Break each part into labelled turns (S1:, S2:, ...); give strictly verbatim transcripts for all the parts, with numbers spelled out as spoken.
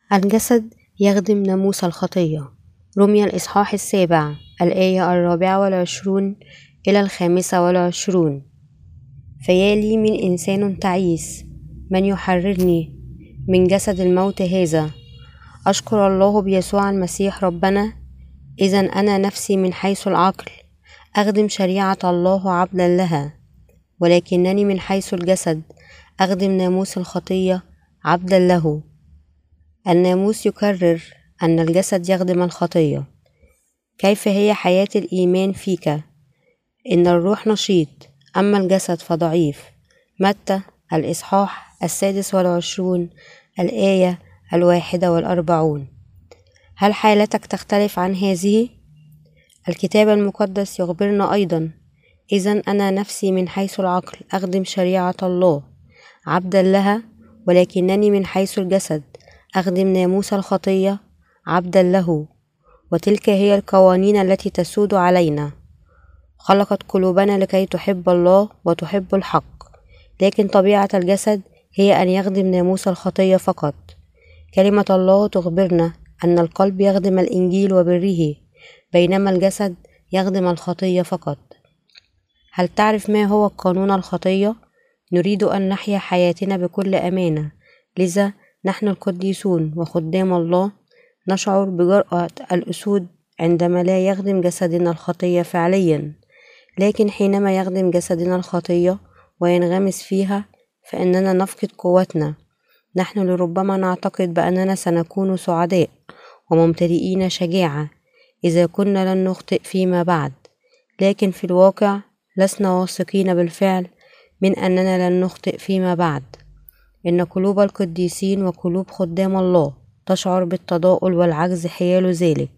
S1: الجسد يخدم ناموس الخطية. رمي الإصحاح السابع الآية الرابعة والعشرون إلى الخامسة والعشرون. فيالي من إنسان تعيس، من يحررني من جسد الموت هذا؟ أشكر الله بيسوع المسيح ربنا. إذا أنا نفسي من حيث العقل أخدم شريعة الله عبدا لها، ولكنني من حيث الجسد أخدم ناموس الخطية عبدا له. الناموس يكرر أن الجسد يخدم الخطية. كيف هي حياة الإيمان فيك؟ إن الروح نشيط أما الجسد فضعيف. متى الإصحاح السادس والعشرون الآية الواحدة والأربعون. هل حالتك تختلف عن هذه؟ الكتاب المقدس يخبرنا أيضا: إذن أنا نفسي من حيث العقل أخدم شريعة الله عبدا لها، ولكنني من حيث الجسد أخدم ناموس الخطية عبدا له. وتلك هي القوانين التي تسود علينا. خلقت قلوبنا لكي تحب الله وتحب الحق، لكن طبيعة الجسد هي أن يخدم ناموس الخطية فقط. كلمة الله تخبرنا أن القلب يخدم الإنجيل وبره، بينما الجسد يخدم الخطية فقط. هل تعرف ما هو قانون الخطية؟ نريد أن نحيا حياتنا بكل أمانة، لذا نحن القديسون وخدام الله نشعر بجرأة الأسود عندما لا يخدم جسدنا الخطية فعليا، لكن حينما يخدم جسدنا الخطية وينغمس فيها فإننا نفقد قوتنا. نحن لربما نعتقد بأننا سنكون سعداء وممتلئين شجاعة إذا كنا لن نخطئ فيما بعد، لكن في الواقع لسنا واثقين بالفعل من أننا لن نخطئ فيما بعد. إن قلوب القديسين وقلوب خدام الله تشعر بالتضاؤل والعجز حيال ذلك.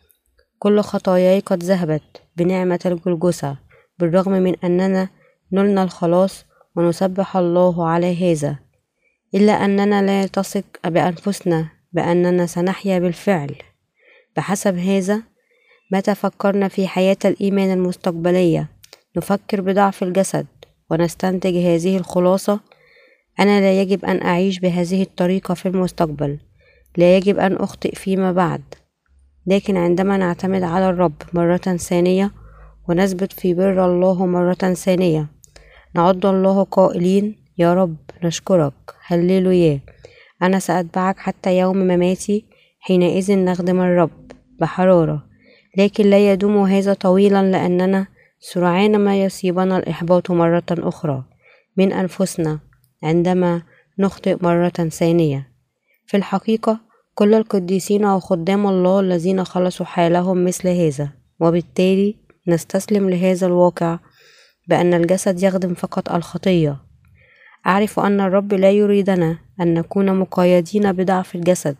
S1: كل خطاياي قد ذهبت بنعمة الجلجثة، بالرغم من أننا نلنا الخلاص ونسبح الله على هذا، إلا أننا لا نثق بأنفسنا بأننا سنحيا بالفعل بحسب هذا. متى فكرنا في حياة الإيمان المستقبلية نفكر بضعف الجسد ونستنتج هذه الخلاصة: أنا لا يجب أن أعيش بهذه الطريقة في المستقبل، لا يجب أن أخطئ فيما بعد. لكن عندما نعتمد على الرب مرة ثانية ونثبت في بر الله مرة ثانية، نعد الله قائلين: يا رب نشكرك، هللويا، أنا سأتبعك حتى يوم مماتي. حينئذ نخدم الرب بحرارة، لكن لا يدوم هذا طويلا، لأننا سرعان ما يصيبنا الإحباط مرة أخرى من أنفسنا عندما نخطئ مرة ثانية. في الحقيقة كل القديسين وخدام الله الذين خلصوا حالهم مثل هذا، وبالتالي نستسلم لهذا الواقع بأن الجسد يخدم فقط الخطية. أعرف أن الرب لا يريدنا أن نكون مقيدين بضعف الجسد،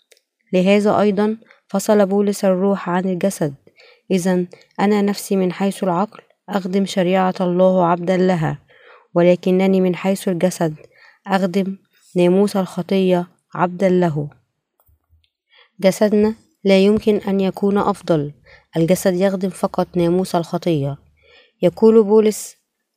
S1: لهذا أيضا فصل بولس الروح عن الجسد. إذن أنا نفسي من حيث العقل أخدم شريعة الله عبدا لها، ولكنني من حيث الجسد أخدم ناموس الخطية عبدا له. جسدنا لا يمكن أن يكون أفضل، الجسد يخدم فقط ناموس الخطية. يقول بولس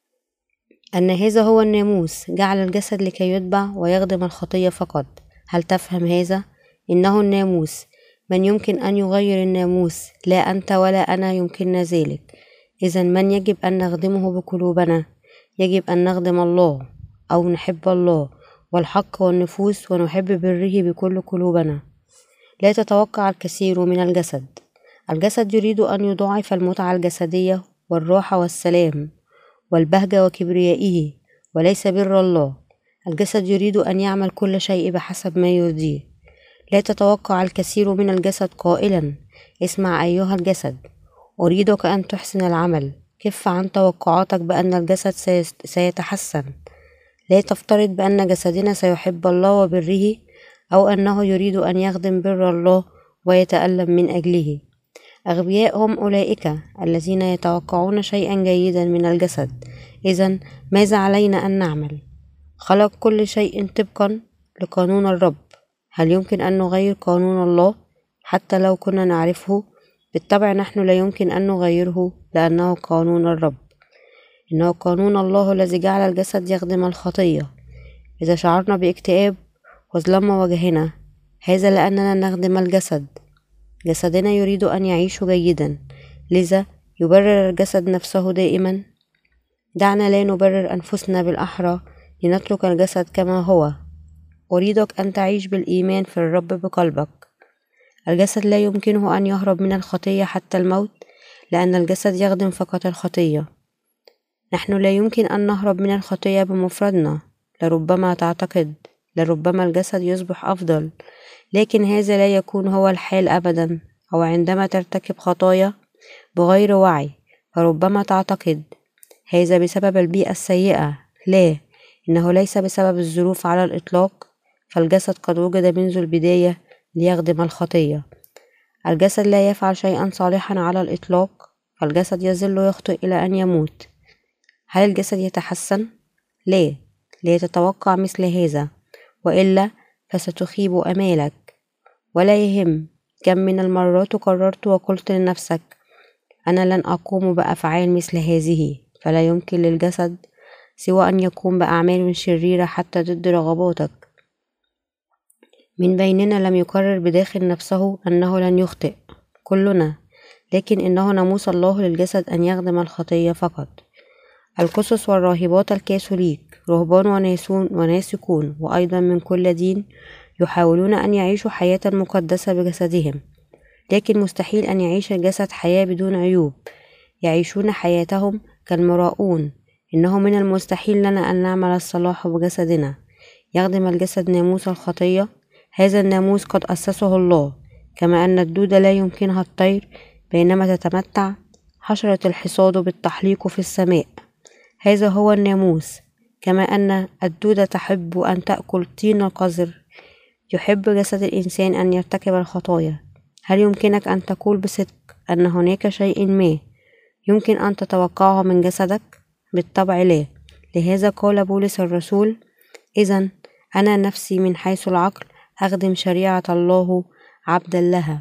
S1: أن هذا هو الناموس، جعل الجسد لكي يتبع ويخدم الخطية فقط. هل تفهم هذا؟ إنه الناموس. من يمكن أن يغير الناموس؟ لا أنت ولا أنا يمكننا ذلك. إذن من يجب أن نخدمه بقلوبنا؟ يجب أن نخدم الله أو نحب الله والحق والنفوس ونحب بره بكل قلوبنا. لا تتوقع الكثير من الجسد. الجسد يريد أن يضاعف المتعة الجسدية والراحة والسلام والبهجة وكبريائه، وليس بر الله. الجسد يريد أن يعمل كل شيء بحسب ما يرضيه. لا تتوقع الكثير من الجسد قائلا: اسمع أيها الجسد، أريدك أن تحسن العمل. كف عن توقعاتك بأن الجسد سيتحسن. لا تفترض بأن جسدنا سيحب الله وبره، أو أنه يريد أن يخدم بر الله ويتألم من أجله. أغبياء هم أولئك الذين يتوقعون شيئا جيدا من الجسد. إذن ماذا علينا أن نعمل؟ خلق كل شيء طبقا لقانون الرب. هل يمكن أن نغير قانون الله حتى لو كنا نعرفه؟ بالطبع نحن لا يمكن أن نغيره، لأنه قانون الرب. إنه قانون الله الذي جعل الجسد يخدم الخطية. إذا شعرنا باكتئاب وظلم وجهنا، هذا لأننا نخدم الجسد. جسدنا يريد أن يعيش جيدا، لذا يبرر الجسد نفسه دائما. دعنا لا نبرر أنفسنا بالأحرى لنترك الجسد كما هو. أريدك أن تعيش بالإيمان في الرب بقلبك. الجسد لا يمكنه أن يهرب من الخطية حتى الموت، لأن الجسد يخدم فقط الخطية. نحن لا يمكن أن نهرب من الخطية بمفردنا. لربما تعتقد لربما الجسد يصبح أفضل، لكن هذا لا يكون هو الحال أبدا. أو عندما ترتكب خطايا بغير وعي، فربما تعتقد هذا بسبب البيئة السيئة. لا، إنه ليس بسبب الظروف على الإطلاق، فالجسد قد وجد منذ البداية ليخدم الخطية. الجسد لا يفعل شيئا صالحا على الإطلاق، فالجسد يظل يخطئ إلى أن يموت. هل الجسد يتحسن؟ لا، لا تتوقع مثل هذا، وإلا فستخيب أمالك. ولا يهم كم من المرات قررت وقلت لنفسك أنا لن أقوم بأفعال مثل هذه، فلا يمكن للجسد سوى أن يقوم بأعمال شريرة حتى ضد رغباتك. من بيننا لم يقرر بداخل نفسه أنه لن يخطئ، كلنا، لكن إنه ناموس الله للجسد أن يخدم الخطية فقط. القسس والراهبات الكاثوليك، رهبان وناسون وناسكون وأيضا من كل دين، يحاولون أن يعيشوا حياة مقدسة بجسدهم، لكن مستحيل أن يعيش الجسد حياة بدون عيوب. يعيشون حياتهم كالمراؤون. إنه من المستحيل لنا أن نعمل الصلاح بجسدنا. يخدم الجسد ناموس الخطية. هذا الناموس قد أسسه الله، كما أن الدودة لا يمكنها الطير بينما تتمتع حشرة الحصاد بالتحليق في السماء. هذا هو الناموس. كما أن الدودة تحب أن تأكل طين القذر، يحب جسد الإنسان أن يرتكب الخطايا. هل يمكنك أن تقول بصدق أن هناك شيء ما يمكن أن تتوقعه من جسدك؟ بالطبع لا. لهذا قال بولس الرسول: إذن أنا نفسي من حيث العقل أخدم شريعة الله عبدا لها،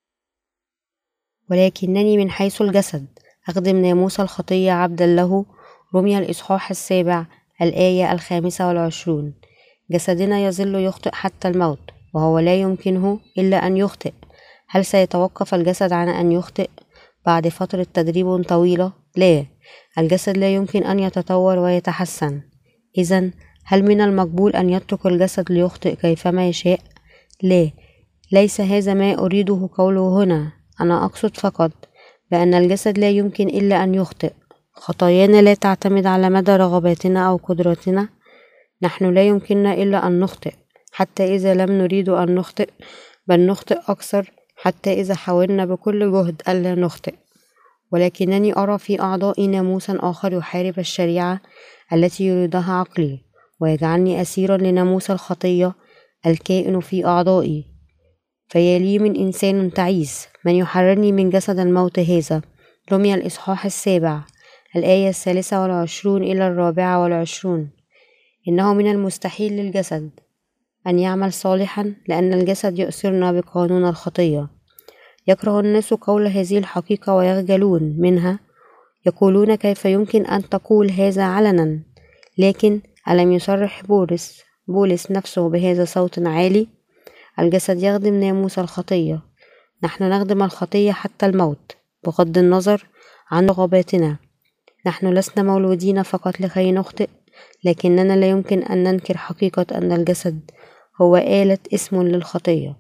S1: ولكنني من حيث الجسد أخدم ناموس الخطية عبدا له. رمي الإصحاح السابع الآية الخامسة والعشرون. جسدنا يظل يخطئ حتى الموت، وهو لا يمكنه إلا أن يخطئ. هل سيتوقف الجسد عن أن يخطئ بعد فترة تدريب طويلة؟ لا، الجسد لا يمكن أن يتطور ويتحسن. إذن هل من المقبول أن يترك الجسد ليخطئ كيفما يشاء؟ لا، ليس هذا ما أريده قوله هنا. أنا أقصد فقط بأن الجسد لا يمكن إلا أن يخطئ. خطايانا لا تعتمد على مدى رغباتنا أو قدراتنا. نحن لا يمكننا إلا أن نخطئ، حتى إذا لم نريد أن نخطئ، بل نخطئ أكثر حتى إذا حاولنا بكل جهد ألا نخطئ. ولكنني أرى في أعضائي ناموسا آخر يحارب الشريعة التي يريدها عقلي، ويجعلني أسيرا لناموس الخطية الكائن في أعضائي. فيا لي من إنسان تعيس، من يحررني من جسد الموت هذا. رمي الإصحاح السابع الآية الثالثة والعشرون إلى الرابعة والعشرون. إنه من المستحيل للجسد أن يعمل صالحا، لأن الجسد يؤثرنا بقانون الخطية. يكره الناس قول هذه الحقيقة ويخجلون منها، يقولون كيف يمكن أن تقول هذا علنا؟ لكن ألم يصرح بولس بولس نفسه بهذا صوت عالي؟ الجسد يخدم ناموس الخطية. نحن نخدم الخطية حتى الموت، بغض النظر عن رغباتنا. نحن لسنا مولودين فقط لكي نخطئ، لكننا لا يمكن أن ننكر حقيقة أن الجسد هو آلة اسم للخطية.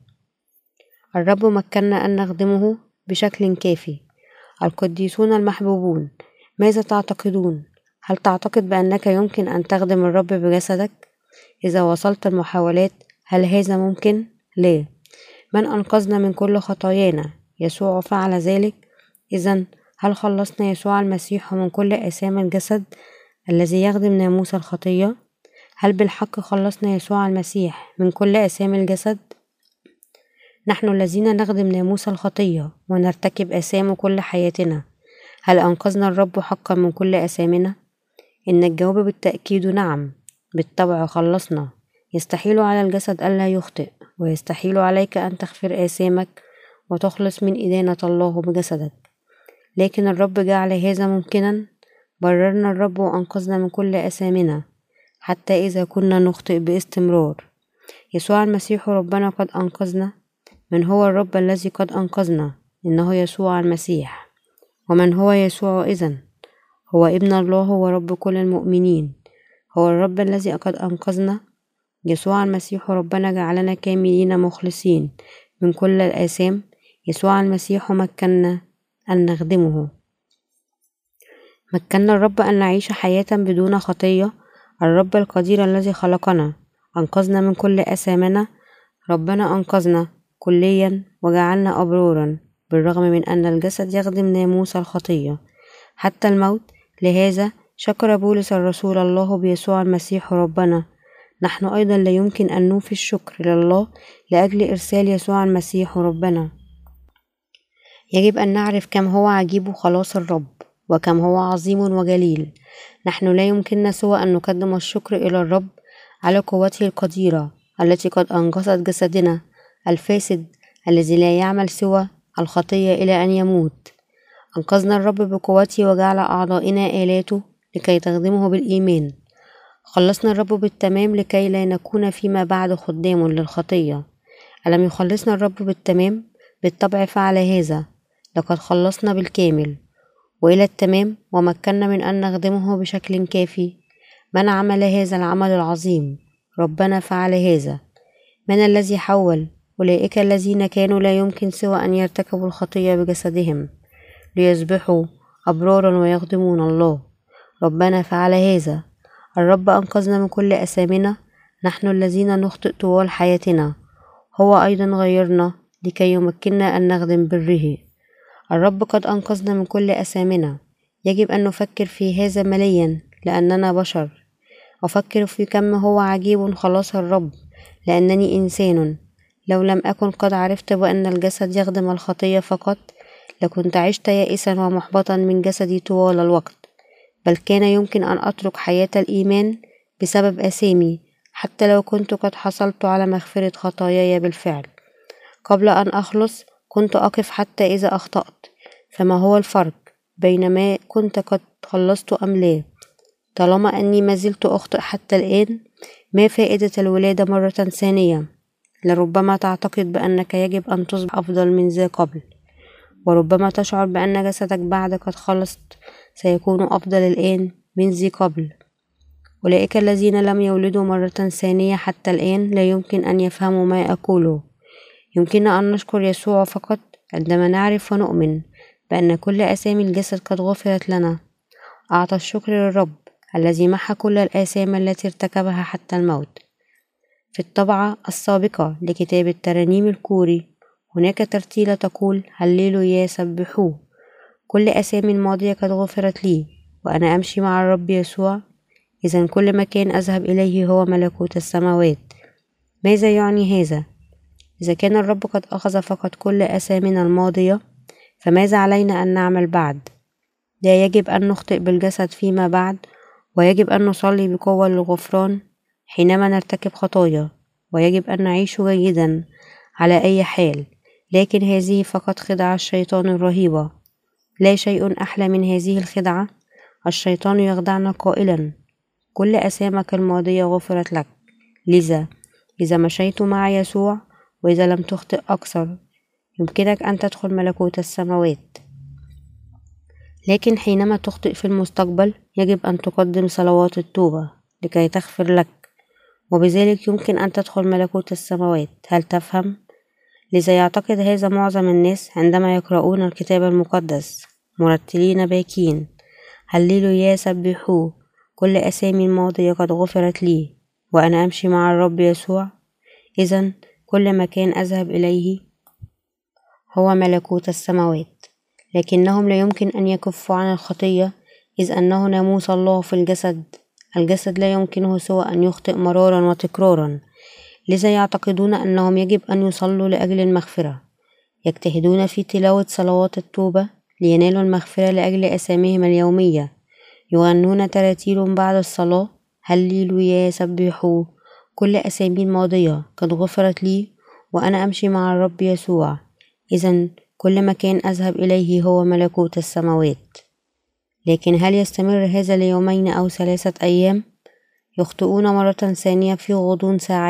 S1: الرب مكننا أن نخدمه بشكل كافي. القديسون المحبوبون، ماذا تعتقدون؟ هل تعتقد بأنك يمكن أن تخدم الرب بجسدك؟ إذا وصلت المحاولات، هل هذا ممكن؟ لا. من أنقذنا من كل خطايانا؟ يسوع فعل ذلك. إذن هل خلصنا يسوع المسيح من كل آثام الجسد الذي يخدم ناموس الخطية؟ هل بالحق خلصنا يسوع المسيح من كل آثام الجسد؟ نحن الذين نخدم ناموس الخطية ونرتكب آثام كل حياتنا، هل أنقذنا الرب حقا من كل آثامنا؟ إن الجواب بالتأكيد نعم، بالطبع خلصنا. يستحيل على الجسد ألا يخطئ، ويستحيل عليك أن تغفر آثامك وتخلص من إدانة الله بجسدك، لكن الرب جعل هذا ممكنا. بررنا الرب وأنقذنا من كل آثامنا، حتى إذا كنا نخطئ باستمرار. يسوع المسيح ربنا قد أنقذنا. من هو الرب الذي قد أنقذنا؟ إنه يسوع المسيح. ومن هو يسوع إذن؟ هو ابن الله ورب كل المؤمنين. هو الرب الذي قد أنقذنا. يسوع المسيح ربنا جعلنا كاملين مخلصين من كل الآثام. يسوع المسيح مكننا أن نخدمه. مكننا الرب أن نعيش حياة بدون خطية. الرب القدير الذي خلقنا أنقذنا من كل آثامنا. ربنا أنقذنا كليا وجعلنا أبرارا بالرغم من أن الجسد يخدم ناموس الخطية حتى الموت. لهذا شكر بولس الرسول الله بيسوع المسيح ربنا. نحن أيضا لا يمكن أن نوفي الشكر لله لأجل إرسال يسوع المسيح ربنا. يجب أن نعرف كم هو عجيب خلاص الرب وكم هو عظيم وجليل. نحن لا يمكننا سوى أن نقدم الشكر إلى الرب على قوته القديرة التي قد أنقذت جسدنا الفاسد الذي لا يعمل سوى الخطية إلى أن يموت. أنقذنا الرب بقوته وجعل أعضائنا آلاته لكي تخدمه بالإيمان. خلصنا الرب بالتمام لكي لا نكون فيما بعد خدام للخطية. ألم يخلصنا الرب بالتمام؟ بالطبع فعل هذا. لقد خلصنا بالكامل وإلى التمام ومكننا من أن نخدمه بشكل كافي. من عمل هذا العمل العظيم؟ ربنا فعل هذا. من الذي حول أولئك الذين كانوا لا يمكن سوى أن يرتكبوا الخطية بجسدهم ليصبحوا أبرارا ويخدمون الله؟ ربنا فعل هذا. الرب أنقذنا من كل أثامنا. نحن الذين نخطئ طوال حياتنا هو أيضا غيرنا لكي يمكننا أن نخدم بره. الرب قد أنقذنا من كل أثامنا. يجب أن نفكر في هذا مليا لأننا بشر. أفكر في كم هو عجيب خلاص الرب لأنني إنسان. لو لم أكن قد عرفت بأن الجسد يخدم الخطية فقط لكنت عشت يائسا ومحبطا من جسدي طوال الوقت. بل كان يمكن أن أترك حياة الإيمان بسبب آثامي حتى لو كنت قد حصلت على مغفرة خطاياي بالفعل. قبل أن أخلص كنت أقف حتى إذا أخطأت. فما هو الفرق بين ما كنت قد خلصت أم لا؟ طالما أني ما زلت أخطئ حتى الآن، ما فائدة الولادة مرة ثانية؟ لربما تعتقد بأنك يجب أن تصبح أفضل من ذا قبل، وربما تشعر بأن جسدك بعد قد خلصت سيكون أفضل الآن من ذي قبل. أولئك الذين لم يولدوا مرة ثانية حتى الآن لا يمكن أن يفهموا ما أقوله. يمكننا أن نشكر يسوع فقط عندما نعرف ونؤمن بأن كل أسامي الجسد قد غفرت لنا. أعطى الشكر للرب الذي محى كل الآثام التي ارتكبها حتى الموت. في الطبعة السابقة لكتاب الترانيم الكوري هناك ترتيلة تقول: هللويا سبحوه، كل آثامي الماضية قد غفرت لي وأنا أمشي مع الرب يسوع. إذن كل مكان أذهب إليه هو ملكوت السماوات. ماذا يعني هذا؟ إذا كان الرب قد أخذ فقط كل آثامنا الماضية فماذا علينا أن نعمل بعد؟ لا يجب أن نخطئ بالجسد فيما بعد، ويجب أن نصلي بقوة للغفران حينما نرتكب خطايا، ويجب أن نعيش جيدا على أي حال. لكن هذه فقط خدعة الشيطان الرهيبة. لا شيء أحلى من هذه الخدعة. الشيطان يخدعنا قائلا: كل آثامك الماضية غفرت لك، لذا إذا مشيت مع يسوع وإذا لم تخطئ أكثر يمكنك أن تدخل ملكوت السماوات. لكن حينما تخطئ في المستقبل يجب أن تقدم صلوات التوبة لكي تغفر لك، وبذلك يمكن أن تدخل ملكوت السماوات. هل تفهم؟ لذا يعتقد هذا معظم الناس عندما يقرؤون الكتاب المقدس مرتلين باكين: هللويا سبحوه، كل آثامي الماضية قد غفرت لي وأنا أمشي مع الرب يسوع. إذن كل مكان أذهب إليه هو ملكوت السماوات. لكنهم لا يمكن أن يكفوا عن الخطية، إذ أنه ناموس الله في الجسد. الجسد لا يمكنه سوى أن يخطئ مرارا وتكرارا، لذا يعتقدون أنهم يجب أن يصلوا لأجل المغفرة. يجتهدون في تلاوة صلوات التوبة لينالوا المغفرة لأجل آثامهم اليومية. يغنون تراتيل بعد الصلاة: هللويا سبحوه، كل آثامي الماضية قد غفرت لي وأنا أمشي مع الرب يسوع. إذن كل مكان أذهب إليه هو ملكوت السماوات. لكن هل يستمر هذا ليومين أو ثلاثة أيام؟ يخطئون مرة ثانية في غضون ساعات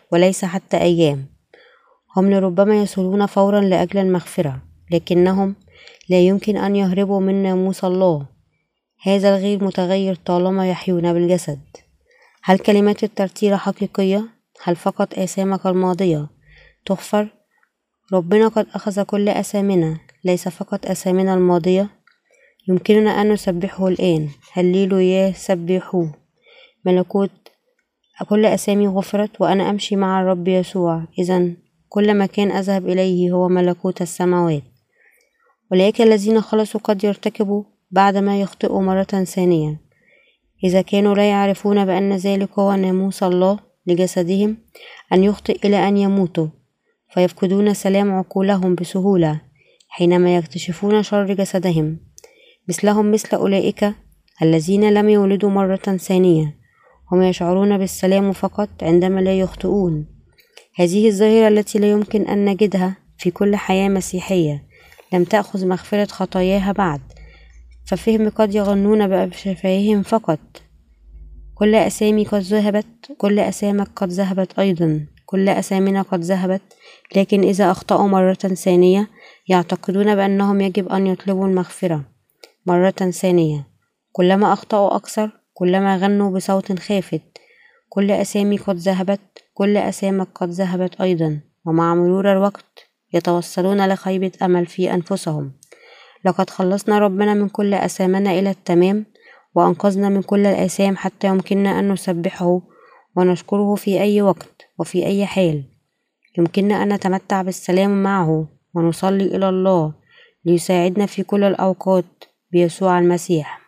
S1: وليس حتى أيام. هم لربما يصلون فورا لأجل المغفرة، لكنهم لا يمكن أن يهربوا من ناموس الله هذا الغير متغير طالما يحيون بالجسد. هل كلمات الترتيلة حقيقية؟ هل فقط آثامك الماضية تغفر؟ ربنا قد أخذ كل آثامنا، ليس فقط آثامنا الماضية. يمكننا أن نسبحه الآن. هللويا، سبحوه. ملكوت كل آثامي غفرت وأنا أمشي مع الرب يسوع. إذن كل مكان أذهب إليه هو ملكوت السماوات. أولئك الذين خلصوا قد يرتكبوا بعدما يخطئوا مرة ثانية. إذا كانوا لا يعرفون بأن ذلك هو ناموس الله لجسدهم أن يخطئ إلى أن يموتوا، فيفقدون سلام عقولهم بسهولة حينما يكتشفون شر جسدهم. مثلهم مثل أولئك الذين لم يولدوا مرة ثانية، هم يشعرون بالسلام فقط عندما لا يخطئون. هذه الظاهرة التي لا يمكن أن نجدها في كل حياة مسيحية لم تأخذ مغفرة خطاياها بعد، ففهم قد يغنون بشفاههم فقط. كل أسامي قد ذهبت، كل أسامك قد ذهبت أيضا، كل أسامنا قد ذهبت. لكن إذا أخطأوا مرة ثانية يعتقدون بأنهم يجب أن يطلبوا المغفرة مرة ثانية. كلما أخطأوا أكثر كلما غنوا بصوت خافت: كل أسامي قد ذهبت، كل أسامك قد ذهبت أيضا. ومع مرور الوقت يتوصلون لخيبة أمل في أنفسهم. لقد خلصنا ربنا من كل أسامنا إلى التمام، وأنقذنا من كل الآثام حتى يمكننا أن نسبحه ونشكره في أي وقت وفي أي حال. يمكننا أن نتمتع بالسلام معه ونصلي إلى الله ليساعدنا في كل الأوقات بيسوع المسيح.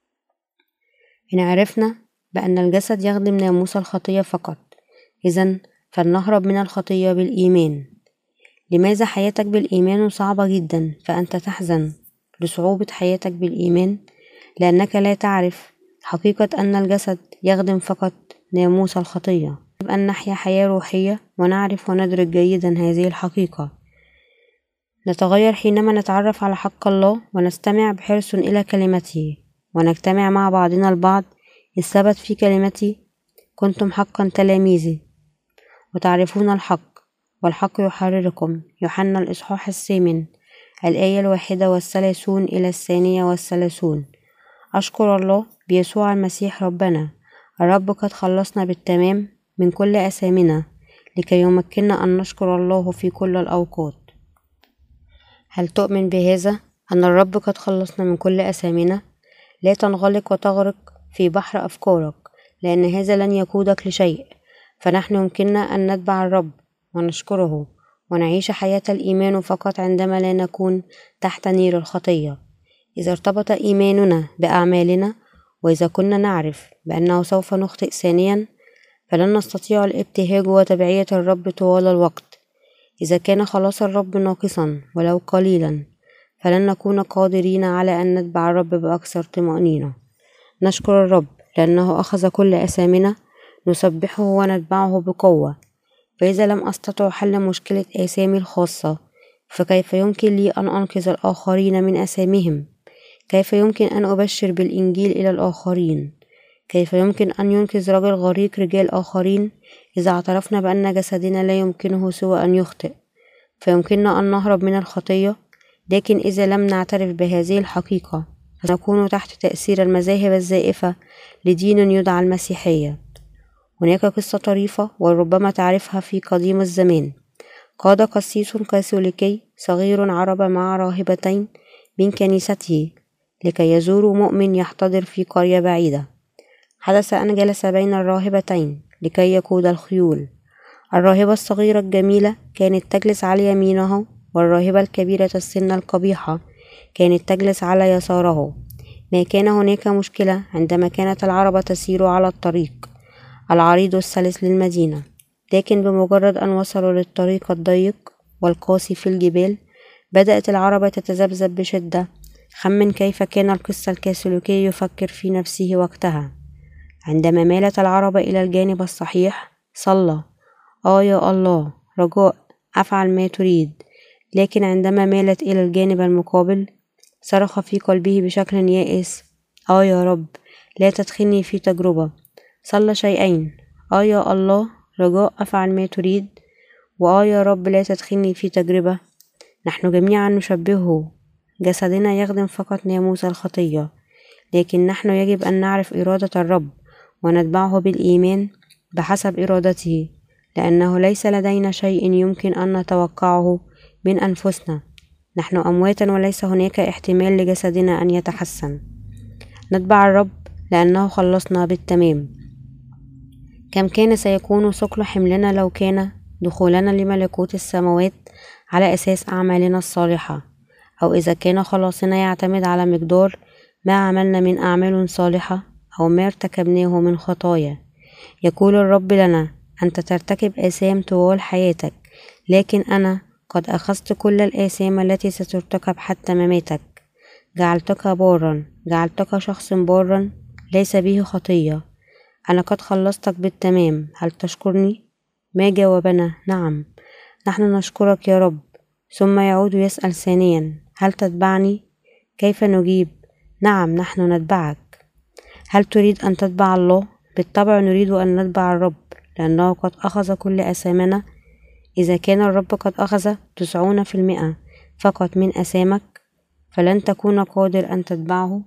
S1: إن عرفنا بأن الجسد يخدم ناموس الخطية فقط، إذن فلنهرب من الخطية بالإيمان. لماذا حياتك بالإيمان صعبة جدا فأنت تحزن لصعوبة حياتك بالإيمان؟ لأنك لا تعرف حقيقة أن الجسد يخدم فقط ناموس الخطية. يجب أن نحيا حياة روحية ونعرف وندرك جيدا هذه الحقيقة. نتغير حينما نتعرف على حق الله ونستمع بحرص إلى كلمته، ونجتمع مع بعضنا البعض. إذ ثبت في كلمتي: كنتم حقا تلاميذي وتعرفون الحق والحق يحرركم. يوحنا الإصحاح الثامن الآية الواحدة والثلاثون إلى الثانية والثلاثون. أشكر الله بيسوع المسيح ربنا. الرب قد خلصنا بالتمام من كل أثامنا لكي يمكننا أن نشكر الله في كل الأوقات. هل تؤمن بهذا؟ أن الرب قد خلصنا من كل أثامنا؟ لا تنغلق وتغرق في بحر أفكارك، لأن هذا لن يقودك لشيء. فنحن يمكننا أن نتبع الرب ونشكره ونعيش حياة الإيمان فقط عندما لا نكون تحت نير الخطية. إذا ارتبط إيماننا بأعمالنا، وإذا كنا نعرف بأنه سوف نخطئ ثانيا، فلن نستطيع الابتهاج وتبعية الرب طوال الوقت. إذا كان خلاص الرب ناقصا ولو قليلا، فلن نكون قادرين على أن نتبع الرب بأكثر طمأنينة. نشكر الرب لأنه أخذ كل أثامنا، نسبحه ونتبعه بقوة. فإذا لم أستطع حل مشكلة آثامي الخاصة، فكيف يمكن لي أن أنقذ الآخرين من آثامهم؟ كيف يمكن أن أبشر بالإنجيل إلى الآخرين؟ كيف يمكن أن ينقذ رجل غريق رجال آخرين إذا اعترفنا بأن جسدنا لا يمكنه سوى أن يخطئ؟ فيمكننا أن نهرب من الخطية، لكن إذا لم نعترف بهذه الحقيقة فنكون تحت تأثير المذاهب الزائفة لدين يدعى المسيحية. هناك قصة طريفة وربما تعرفها. في قديم الزمان قاد قسيس كاثوليكي صغير عربة مع راهبتين من كنيسته لكي يزوروا مؤمن يحتضر في قرية بعيدة. حدث أن جلس بين الراهبتين لكي يقود الخيول. الراهبة الصغيرة الجميلة كانت تجلس على يمينه، والراهبة الكبيرة السن القبيحة كانت تجلس على يساره. ما كان هناك مشكلة عندما كانت العربة تسير على الطريق العريض السلس للمدينة، لكن بمجرد أن وصلوا للطريق الضيق والقاسي في الجبال بدأت العربة تتذبذب بشدة. خمن كيف كان القس الكاثوليكي يفكر في نفسه وقتها. عندما مالت العربة إلى الجانب الصحيح صلى: آه يا الله، رجاء أفعل ما تريد. لكن عندما مالت إلى الجانب المقابل صرخ في قلبه بشكل يائس: آه يا رب، لا تدخلني في تجربة. صلى شيئين: آه يا الله، رجاء أفعل ما تريد، وآه يا رب لا تدخلني في تجربة. نحن جميعا نشبهه، جسدنا يخدم فقط ناموس الخطية، لكن نحن يجب أن نعرف إرادة الرب ونتبعه بالإيمان بحسب إرادته، لأنه ليس لدينا شيء يمكن أن نتوقعه من أنفسنا. نحن أمواتا وليس هناك احتمال لجسدنا أن يتحسن. نتبع الرب لأنه خلصنا بالتمام. كم كان سيكون ثقل حملنا لو كان دخولنا لملكوت السماوات على أساس أعمالنا الصالحة، أو إذا كان خلاصنا يعتمد على مقدار ما عملنا من أعمال صالحة أو ما ارتكبناه من خطايا. يقول الرب لنا: أنت ترتكب آثام طوال حياتك، لكن أنا قد أخذت كل الآثام التي سترتكب حتى مماتك. جعلتك بارا، جعلتك شخص بارا ليس به خطية. أنا قد خلصتك بالتمام. هل تشكرني؟ ما جاوبنا: نعم، نحن نشكرك يا رب. ثم يعود يسأل ثانيا: هل تتبعني؟ كيف نجيب: نعم، نحن نتبعك. هل تريد أن تتبع الله؟ بالطبع نريد أن نتبع الرب، لأنه قد أخذ كل آثامنا. إذا كان الرب قد أخذ تسعون في المئة فقط من آثامك، فلن تكون قادر أن تتبعه،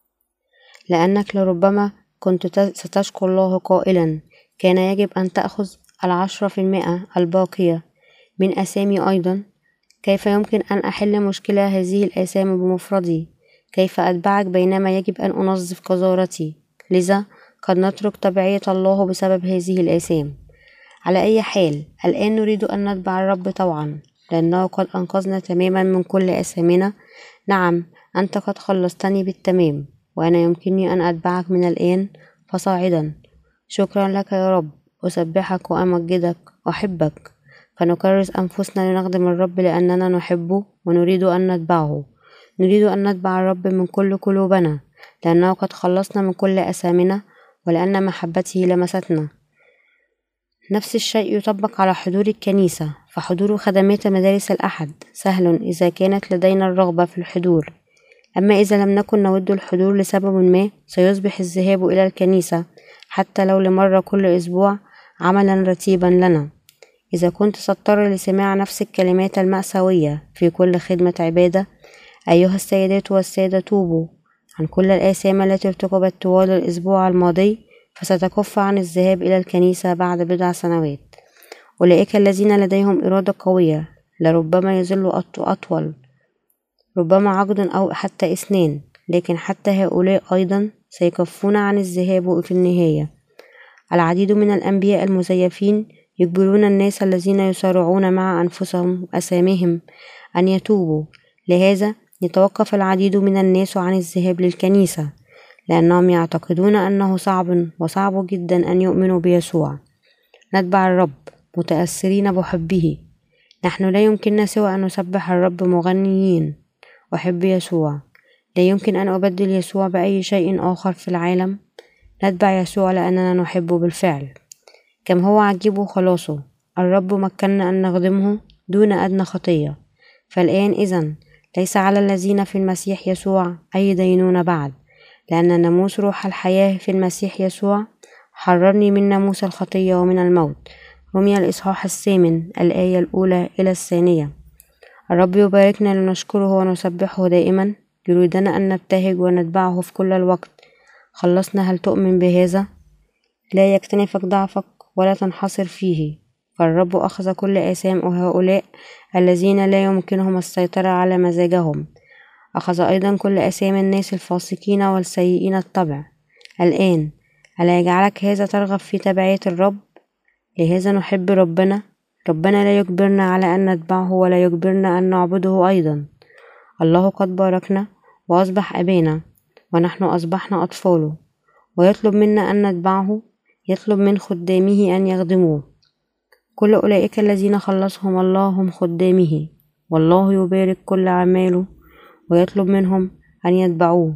S1: لأنك لربما كنت ستشكو الله قائلا: كان يجب أن تأخذ العشرة في المئة الباقية من آثامي أيضا. كيف يمكن أن أحل مشكلة هذه الآثام بمفردي؟ كيف أتبعك بينما يجب أن أنظف قذارتي؟ لذا قد نترك تبعية الله بسبب هذه الآثام. على أي حال، الآن نريد أن نتبع الرب طوعا، لأنه قد أنقذنا تماما من كل آثامنا. نعم، أنت قد خلصتني بالتمام، وأنا يمكنني أن أتبعك من الآن فصاعدا. شكرا لك يا رب، أسبحك وأمجدك وأحبك. فنكرس أنفسنا لنخدم الرب لأننا نحبه ونريد أن نتبعه. نريد أن نتبع الرب من كل قلوبنا، لأنه قد خلصنا من كل آثامنا، ولأن محبته لمستنا. نفس الشيء يطبق على حضور الكنيسة، فحضور خدمات مدارس الأحد سهل إذا كانت لدينا الرغبة في الحضور. أما إذا لم نكن نود الحضور لسبب ما، سيصبح الذهاب إلى الكنيسة حتى لو لمرة كل أسبوع عملا رتيبا لنا. إذا كنت تضطر لسماع نفس الكلمات المأساوية في كل خدمة عبادة: أيها السيدات والسادة، توبوا عن كل الآثام التي ارتكبت طوال الأسبوع الماضي، فستكف عن الذهاب إلى الكنيسة بعد بضع سنوات. أولئك الذين لديهم إرادة قوية لربما يظل أطول، ربما عقد أو حتى اثنين، لكن حتى هؤلاء أيضا سيكفون عن الذهاب في النهاية. العديد من الأنبياء المزيفين يجبرون الناس الذين يصارعون مع أنفسهم وأثامهم أن يتوبوا. لهذا يتوقف العديد من الناس عن الذهاب للكنيسة، لأنهم يعتقدون أنه صعب وصعب جدا أن يؤمنوا بيسوع. نتبع الرب متأثرين بحبه. نحن لا يمكننا سوى أن نسبح الرب مغنيين: أحب يسوع. لا يمكن أن أبدل يسوع بأي شيء آخر في العالم. نتبع يسوع لأننا نحبه بالفعل. كم هو عجيب خلاصه! الرب مكننا أن نخدمه دون أدنى خطية. فالآن إذن ليس على الذين في المسيح يسوع أي دينونة بعد، لأن ناموس روح الحياة في المسيح يسوع حررني من ناموس الخطية ومن الموت. رمي الإصحاح الثامن الآية الأولى إلى الثانية. الرب يباركنا لنشكره ونسبحه دائما. يريدنا أن نبتهج ونتبعه في كل الوقت. خلصنا. هل تؤمن بهذا؟ لا يكتنفك ضعفك ولا تنحصر فيه، فالرب أخذ كل آثام هؤلاء الذين لا يمكنهم السيطرة على مزاجهم. أخذ أيضا كل آثام الناس الفاسقين والسيئين الطبع. الآن ألا يجعلك هذا ترغب في تبعية الرب؟ لهذا نحب ربنا. ربنا لا يجبرنا على أن نتبعه ولا يجبرنا أن نعبده أيضا. الله قد باركنا وأصبح أبانا، ونحن أصبحنا أطفاله، ويطلب منا أن نتبعه. يطلب من خدامه أن يخدموه. كل أولئك الذين خلصهم الله هم خدامه، والله يبارك كل أعماله ويطلب منهم أن يتبعوه.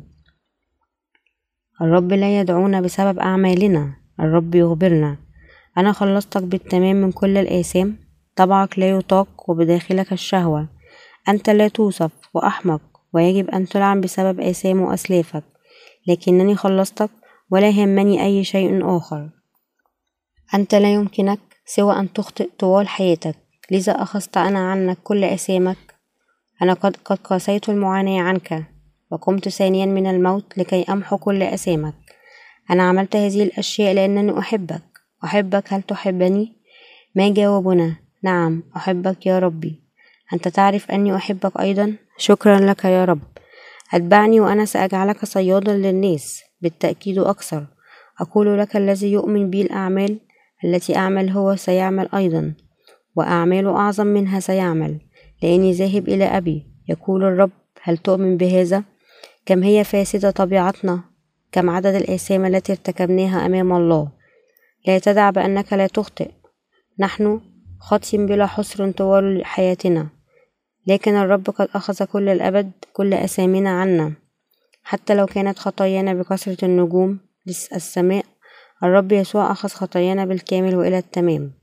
S1: الرب لا يدعونا بسبب أعمالنا، الرب يخبرنا: أنا خلصتك بالتمام من كل الآثام. طبعك لا يطاق وبداخلك الشهوة. أنت لا توصف وأحمق ويجب أن تلعن بسبب آثام وأسلافك، لكنني خلصتك ولا يهمني أي شيء آخر. أنت لا يمكنك سوى أن تخطئ طوال حياتك، لذا أخذت أنا عنك كل آثامك. أنا قد قد قاسيت المعاناة عنك، وقمت ثانيا من الموت لكي أمحو كل آثامك. أنا عملت هذه الأشياء لأنني أحبك. أحبك، هل تحبني؟ ما جاوبنا؟ نعم أحبك يا ربي. أنت تعرف أني أحبك أيضا. شكرا لك يا رب. أتبعني وأنا سأجعلك صيادا للناس، بالتأكيد أكثر. أقول لك الذي يؤمن بي الأعمال التي أعمل هو سيعمل أيضا، وأعمال أعظم منها سيعمل، لأني ذاهب إلى أبي، يقول الرب. هل تؤمن بهذا؟ كم هي فاسدة طبيعتنا، كم عدد الآثام التي ارتكبناها أمام الله. لا تدع بأنك لا تخطئ. نحن خطي بلا حصر طوال حياتنا، لكن الرب قد أخذ كل الأبد كل آثامنا عنا، حتى لو كانت خطايانا بكثرة النجوم السماء. الرب يسوع أخذ خطايانا بالكامل وإلى التمام.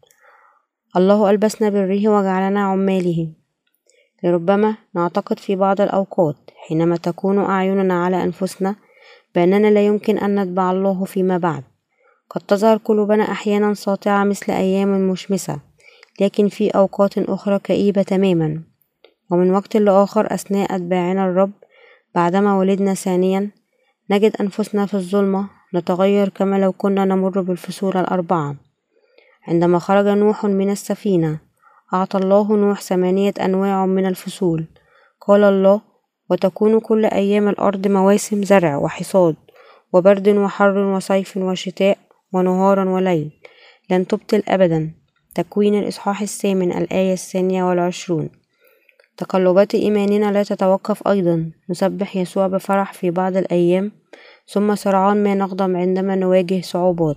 S1: الله ألبسنا بره وجعلنا عماله. لربما نعتقد في بعض الأوقات حينما تكون أعيننا على أنفسنا بأننا لا يمكن أن نتبع الله فيما بعد. قد تظهر قلوبنا أحيانا ساطعة مثل أيام مشمسة، لكن في أوقات أخرى كئيبة تماما. ومن وقت لآخر أثناء أتباعنا الرب بعدما ولدنا ثانيا نجد أنفسنا في الظلمة، نتغير كما لو كنا نمر بالفصول الأربعة. عندما خرج نوح من السفينة أعطى الله نوح ثمانية أنواع من الفصول. قال الله: وتكون كل أيام الأرض مواسم زرع وحصاد، وبرد وحر وصيف وشتاء، ونهارا وليل، لن تبطل أبدا. تكوين الإصحاح الثامن الآية الثانية والعشرون. تقلبات إيماننا لا تتوقف أيضا. نسبح يسوع بفرح في بعض الأيام، ثم سرعان ما نغضب عندما نواجه صعوبات.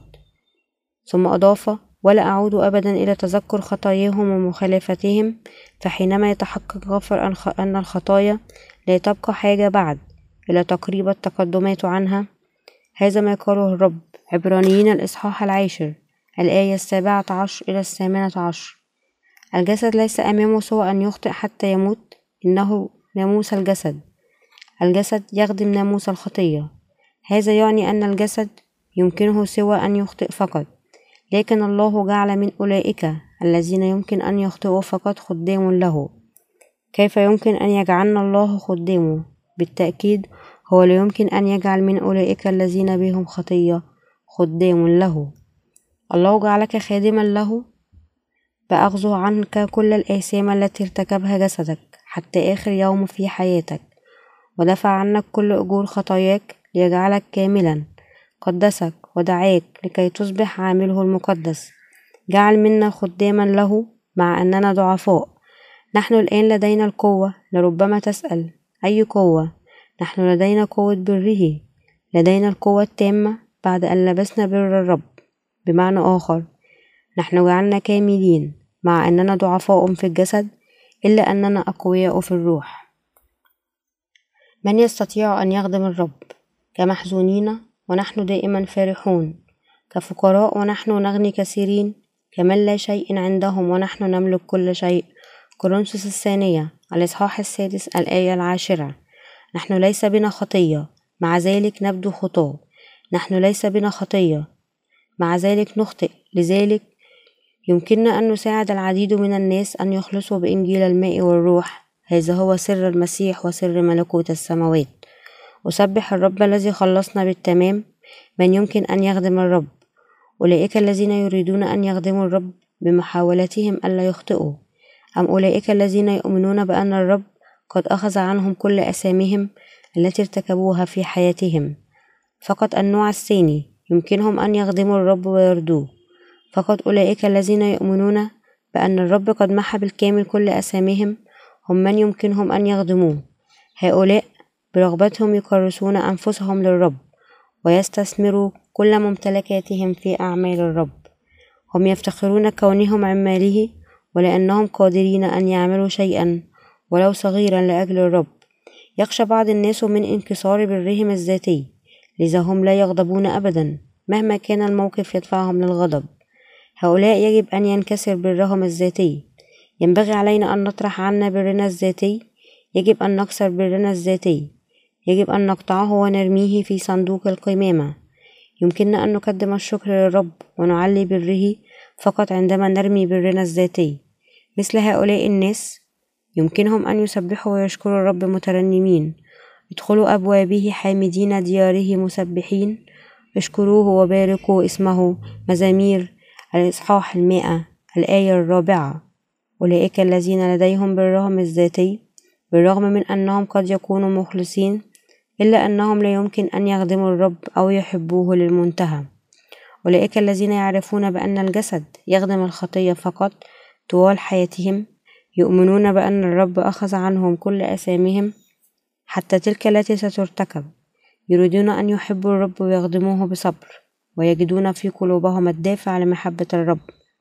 S1: ثم أضاف: ولا أعود أبدا إلى تذكر خطاياهم ومخالفتهم، فحينما يتحقق غفر أن الخطايا لا تبقى حاجة بعد إلى تقريب التقدمات عنها. هذا ما قاله الرب. عبرانيين الإصحاح العاشر الآية السابعة عشر إلى الثامنة عشر. الجسد ليس أمامه سوى أن يخطئ حتى يموت. إنه ناموس الجسد. الجسد يخدم ناموس الخطية. هذا يعني أن الجسد يمكنه سوى أن يخطئ فقط، لكن الله جعل من أولئك الذين يمكن أن يخطئوا فقط خدام له. كيف يمكن أن يجعلنا الله خدامه؟ بالتأكيد هو لا يمكن أن يجعل من أولئك الذين بهم خطية خدام له. الله جعلك خادما له بأخذه عنك كل الآثام التي ارتكبها جسدك حتى آخر يوم في حياتك، ودفع عنك كل أجور خطاياك ليجعلك كاملا. قدسك ودعاك لكي تصبح عامله المقدس. جعل منا خداما له مع أننا ضعفاء. نحن الآن لدينا القوة. لربما تسأل: أي قوة؟ نحن لدينا قوة بره. لدينا القوة التامة بعد أن لبسنا بر الرب. بمعنى آخر، نحن جعلنا كاملين مع أننا ضعفاء في الجسد، إلا أننا أقوياء في الروح. من يستطيع أن يخدم الرب؟ كمحزونين ونحن دائما فرحون، كفقراء ونحن نغني كثيرين، كمن لا شيء عندهم ونحن نملك كل شيء. كورنثوس الثانية الإصحاح السادس الآية العاشرة. نحن ليس بنا خطية، مع ذلك نبدو خطاة. نحن ليس بنا خطية، مع ذلك نخطئ. لذلك يمكننا أن نساعد العديد من الناس أن يخلصوا بإنجيل الماء والروح. هذا هو سر المسيح وسر ملكوت السماوات. أسبح الرب الذي خلصنا بالتمام. من يمكن أن يخدم الرب؟ أولئك الذين يريدون أن يخدموا الرب بمحاولتهم ألا يخطئوا، أم أولئك الذين يؤمنون بأن الرب قد أخذ عنهم كل أثامهم التي ارتكبوها في حياتهم؟ فقط النوع الثاني يمكنهم أن يخدموا الرب ويرضوه. فقط أولئك الذين يؤمنون بأن الرب قد محى بالكامل كل أثامهم هم من يمكنهم أن يخدموه. هؤلاء برغبتهم يكرسون أنفسهم للرب ويستثمروا كل ممتلكاتهم في أعمال الرب. هم يفتخرون كونهم عماله، ولأنهم قادرين أن يعملوا شيئا ولو صغيرا لأجل الرب. يخشى بعض الناس من انكسار برهم الذاتي، لذا هم لا يغضبون أبدا مهما كان الموقف يدفعهم للغضب. هؤلاء يجب أن ينكسر برهم الذاتي. ينبغي علينا أن نطرح عنا برنا الذاتي. يجب أن نكسر برنا الذاتي. يجب أن نقطعه ونرميه في صندوق القمامة. يمكننا أن نقدم الشكر للرب ونعلي بره، فقط عندما نرمي برنا الذاتي. مثل هؤلاء الناس يمكنهم أن يسبحوا ويشكروا الرب مترنمين: ادخلوا أبوابه حامدين دياره مسبحين، اشكروه وباركوا اسمه. مزامير الإصحاح المائة الآية الرابعة. أولئك الذين لديهم بالرغم الذاتي، بالرغم من أنهم قد يكونوا مخلصين، إلا أنهم لا يمكن أن يخدموا الرب أو يحبوه للمنتهى. أولئك الذين يعرفون بأن الجسد يخدم الخطية فقط طوال حياتهم، يؤمنون بأن الرب أخذ عنهم كل آثامهم حتى تلك التي سترتكب، يريدون أن يحبوا الرب ويخدموه بصبر، ويجدون في قلوبهم الدافع لمحبة الرب.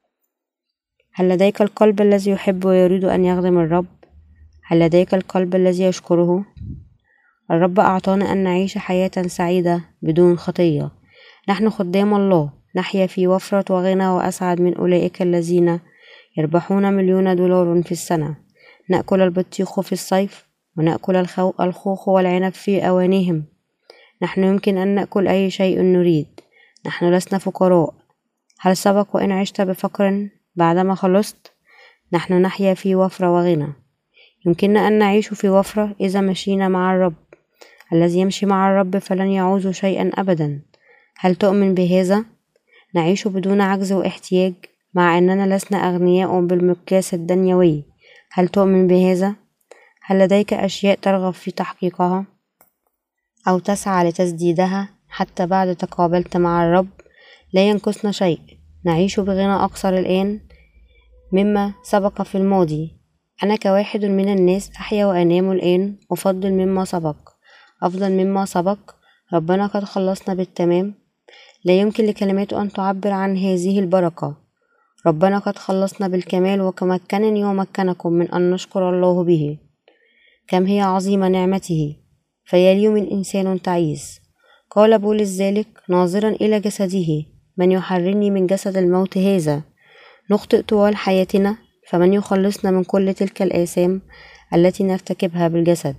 S1: هل لديك القلب الذي يحب ويريد أن يخدم الرب؟ هل لديك القلب الذي يشكره؟ الرب أعطانا أن نعيش حياة سعيدة بدون خطية. نحن خدام الله، نحيا في وفرة وغنى وأسعد من أولئك الذين يربحون مليون دولار في السنة. نأكل البطيخ في الصيف، ونأكل الخوخ والعنب في أوانهم. نحن يمكن أن نأكل أي شيء نريد. نحن لسنا فقراء. هل سبق وإن عشت بفقر بعدما خلصت؟ نحن نحيا في وفرة وغنى. يمكننا أن نعيش في وفرة إذا مشينا مع الرب. الذي يمشي مع الرب فلن يعوز شيئا أبدا. هل تؤمن بهذا؟ نعيش بدون عجز واحتياج، مع أننا لسنا أغنياء بالمقياس الدنيوي. هل تؤمن بهذا؟ هل لديك أشياء ترغب في تحقيقها أو تسعى لتسديدها حتى بعد تقابلت مع الرب؟ لا ينقصنا شيء. نعيش بغنى أكثر الآن مما سبق في الماضي. أنا كواحد من الناس أحيا وأنام الآن أفضل مما سبق. أفضل مما سبق. ربنا قد خلصنا بالتمام. لا يمكن لكلمات أن تعبر عن هذه البركة. ربنا قد خلصنا بالكمال، وكمكنني ومكنكم من أن نشكر الله به. كم هي عظيمة نعمته، فيلي من إنسان تعيس. قال بولس ذلك ناظرا إلى جسده: من يحررني من جسد الموت هذا؟ نخطئ طوال حياتنا، فمن يخلصنا من كل تلك الآثام التي نرتكبها بالجسد؟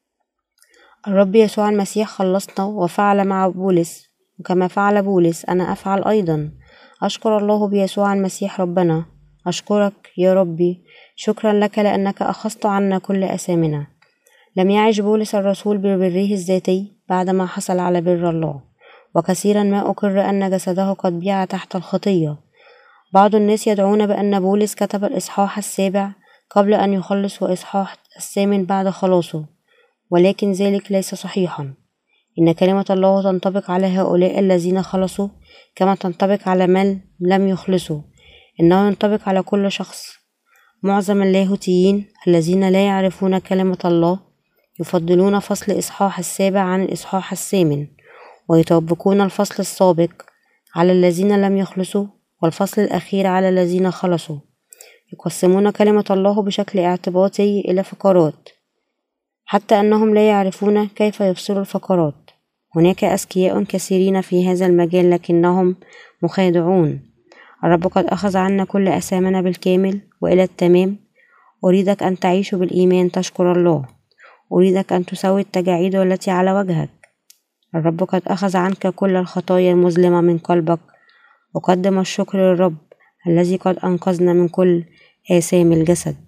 S1: الرب يسوع المسيح خلصنا وفعل مع بولس، وكما فعل بولس أنا أفعل أيضا. أشكر الله بيسوع المسيح ربنا. أشكرك يا ربي، شكرا لك لأنك أخذت عنا كل أثامنا. لم يعش بولس الرسول ببره الذاتي بعدما حصل على بر الله، وكثيرا ما أقر أن جسده قد بيع تحت الخطية. بعض الناس يدعون بأن بولس كتب الإصحاح السابع قبل أن يخلص وإصحاح الثامن بعد خلاصه، ولكن ذلك ليس صحيحا. إن كلمة الله تنطبق على هؤلاء الذين خلصوا كما تنطبق على من لم يخلصوا. إنه ينطبق على كل شخص. معظم اللاهوتيين الذين لا يعرفون كلمة الله يفضلون فصل إصحاح السابع عن الإصحاح الثامن، ويطبقون الفصل السابق على الذين لم يخلصوا والفصل الأخير على الذين خلصوا. يقسمون كلمة الله بشكل اعتباطي إلى فقرات، حتى أنهم لا يعرفون كيف يفصلوا الفقرات. هناك أذكياء كثيرين في هذا المجال لكنهم مخادعون. الرب قد أخذ عنا كل أثامنا بالكامل وإلى التمام. أريدك أن تعيش بالإيمان تشكر الله. أريدك أن تسوي التجاعيد التي على وجهك. الرب قد أخذ عنك كل الخطايا المظلمة من قلبك. أقدم الشكر للرب الذي قد أنقذنا من كل آثام الجسد.